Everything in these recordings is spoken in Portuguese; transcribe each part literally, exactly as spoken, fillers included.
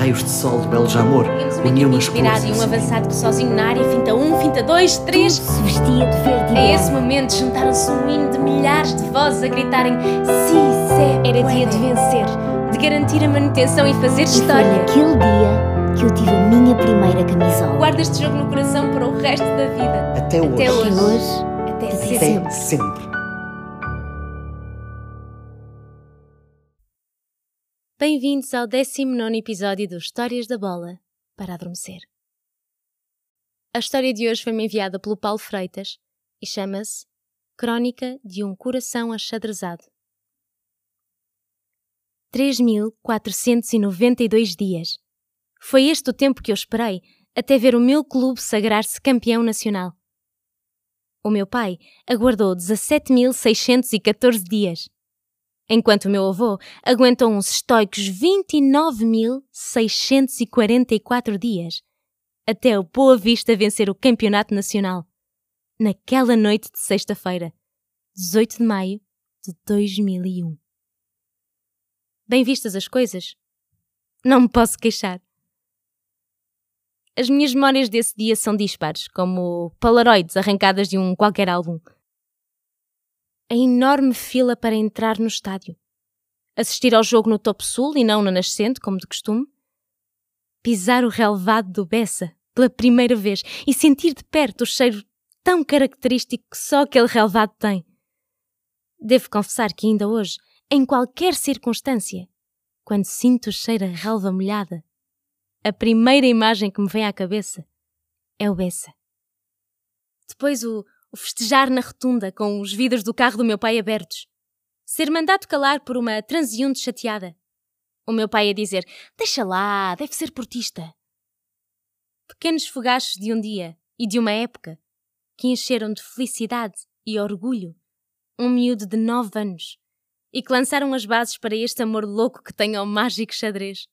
raios de sol do Beljamor uniam as cores. E um avançado que sozinho na área finta um, finta dois, três. Tudo se vestia de verde e A branco. esse momento juntaram-se um hino de milhares de vozes a gritarem "Si, se Era puede", dia de vencer. de garantir a manutenção e fazer E foi história. naquele dia que eu tive a minha primeira camisola. Guarda este jogo no coração para o resto da vida. Até hoje. Até Até hoje. hoje, Até até sempre. sempre. Até sempre. Bem-vindos ao décimo nono episódio do Histórias da Bola para Adormecer. A história de hoje foi-me enviada pelo Paulo Freitas e chama-se Crónica de um Coração Achadrezado. três mil quatrocentos e noventa e dois dias. Foi este o tempo que eu esperei até ver o meu clube sagrar-se campeão nacional. O meu pai aguardou dezassete mil seiscentos e catorze dias, enquanto o meu avô aguentou uns estoicos vinte e nove mil seiscentos e quarenta e quatro dias, até o Boa Vista vencer o campeonato nacional, naquela noite de sexta-feira, dezoito de maio de dois mil e um. Bem vistas as coisas, não me posso queixar. As minhas memórias desse dia são dispares, como polaroids arrancadas de um qualquer álbum. A enorme fila para entrar no estádio. Assistir ao jogo no topo sul e não na nascente, como de costume. Pisar o relevado do Bessa pela primeira vez e sentir de perto o cheiro tão característico que só aquele relevado tem. Devo confessar que ainda hoje, em qualquer circunstância, quando sinto o cheiro a relva molhada, a primeira imagem que me vem à cabeça é o Bessa. Depois o, o festejar na rotunda com os vidros do carro do meu pai abertos. Ser mandado calar por uma transeunte chateada. O meu pai a dizer, deixa lá, deve ser portista. Pequenos fogachos de um dia e de uma época que encheram de felicidade e orgulho um miúdo de nove anos e que lançaram as bases para este amor louco que tenho ao mágico xadrez.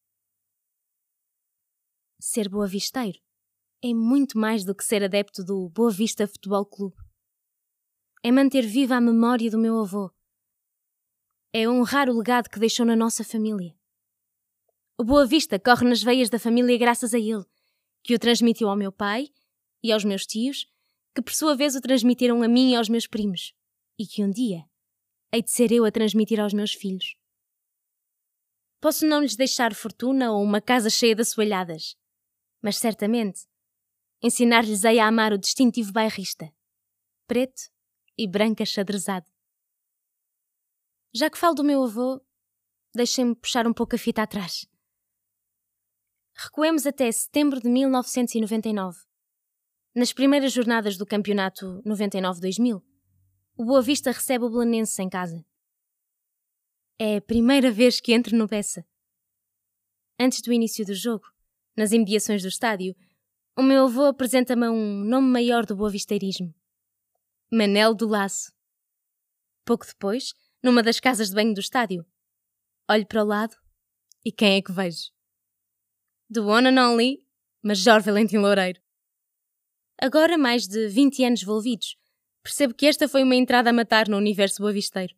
Ser boavisteiro é muito mais do que ser adepto do Boa Vista Futebol Clube. É manter viva a memória do meu avô. É honrar o legado que deixou na nossa família. O Boa Vista corre nas veias da família graças a ele, que o transmitiu ao meu pai e aos meus tios, que por sua vez o transmitiram a mim e aos meus primos, e que um dia hei de ser eu a transmitir aos meus filhos. Posso não lhes deixar fortuna ou uma casa cheia de assoalhadas, mas certamente ensinar-lhes-ei a amar o distintivo bairrista, preto e branco achadrezado. Já que falo do meu avô, deixem-me puxar um pouco a fita atrás. Recuemos até setembro de mil novecentos e noventa e nove. Nas primeiras jornadas do campeonato noventa e nove dois mil, o Boa Vista recebe o Belenenses em casa. É a primeira vez que entro no Bessa. Antes do início do jogo, nas imediações do estádio, o meu avô apresenta-me um nome maior do boavisteirismo. Manel do Laço. Pouco depois, numa das casas de banho do estádio, olho para o lado e quem é que vejo? The one and only Major Valentim Loureiro. Agora, mais de vinte anos envolvidos, percebo que esta foi uma entrada a matar no universo boavisteiro.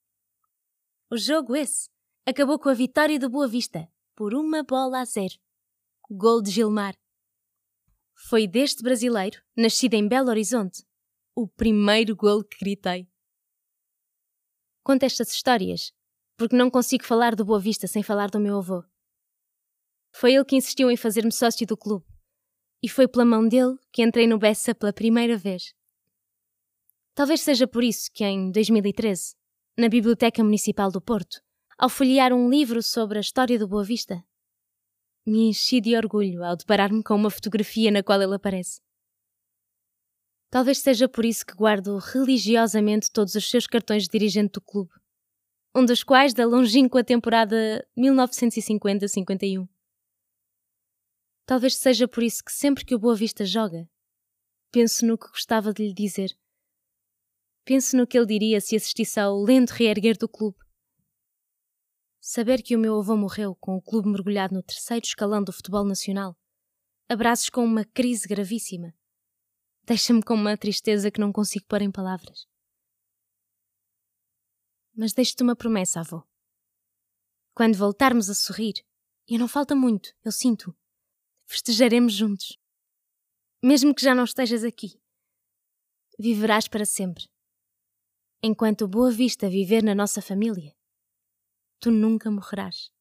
O jogo esse acabou com a vitória do Boa Vista por uma bola a zero. Gol de Gilmar. Foi deste brasileiro, nascido em Belo Horizonte, o primeiro gol que gritei. Conto estas histórias porque não consigo falar do Boa Vista sem falar do meu avô. Foi ele que insistiu em fazer-me sócio do clube e foi pela mão dele que entrei no Bessa pela primeira vez. Talvez seja por isso que em dois mil e treze, na Biblioteca Municipal do Porto, ao folhear um livro sobre a história do Boa Vista, me enchi de orgulho ao deparar-me com uma fotografia na qual ele aparece. Talvez seja por isso que guardo religiosamente todos os seus cartões de dirigente do clube, um dos quais da longínqua temporada mil novecentos e cinquenta cinquenta e um. Talvez seja por isso que sempre que o Boa Vista joga, penso no que gostava de lhe dizer. Penso no que ele diria se assistisse ao lento reerguer do clube. Saber que o meu avô morreu com o clube mergulhado no terceiro escalão do futebol nacional, a braços com uma crise gravíssima, deixa-me com uma tristeza que não consigo pôr em palavras. Mas deixo-te uma promessa, avô. Quando voltarmos a sorrir E não falta muito, eu sinto. Festejaremos juntos. Mesmo que já não estejas aqui, viverás para sempre. Enquanto Boa Vista viver na nossa família, tu nunca morrerás.